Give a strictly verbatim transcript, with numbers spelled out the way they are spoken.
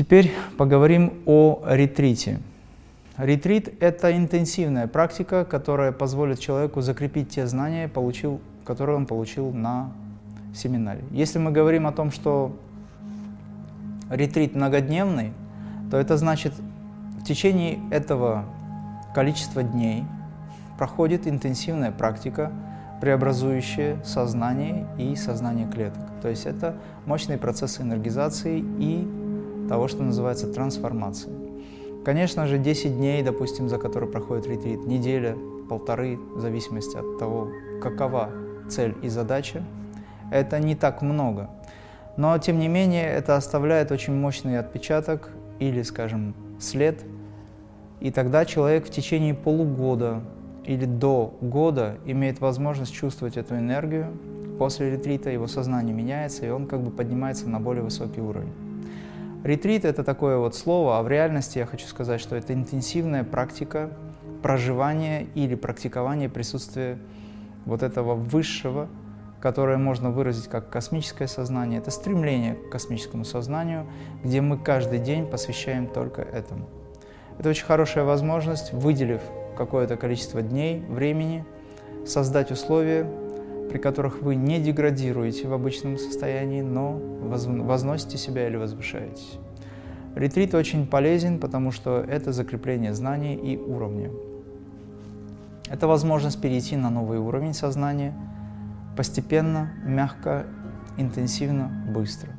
Теперь поговорим о ретрите. Ретрит – это интенсивная практика, которая позволит человеку закрепить те знания, получил, которые он получил на семинаре. Если мы говорим о том, что ретрит многодневный, то это значит, в течение этого количества дней проходит интенсивная практика, преобразующая сознание и сознание клеток. То есть это мощные процессы энергизации и того, что называется трансформацией. Конечно же, десять дней, допустим, за которые проходит ретрит, неделя, полторы, в зависимости от того, какова цель и задача, это не так много. Но, тем не менее, это оставляет очень мощный отпечаток или, скажем, след, и тогда человек в течение полугода или до года имеет возможность чувствовать эту энергию. После ретрита его сознание меняется, и он как бы поднимается на более высокий уровень. Ретрит – это такое вот слово, а в реальности я хочу сказать, что это интенсивная практика проживания или практикования присутствия вот этого высшего, которое можно выразить как космическое сознание. Это стремление к космическому сознанию, где мы каждый день посвящаем только этому. Это очень хорошая возможность, выделив какое-то количество дней, времени, создать условия, при которых вы не деградируете в обычном состоянии, но возносите себя или возвышаетесь. Ретрит очень полезен, потому что это закрепление знаний и уровня. Это возможность перейти на новый уровень сознания постепенно, мягко, интенсивно, быстро.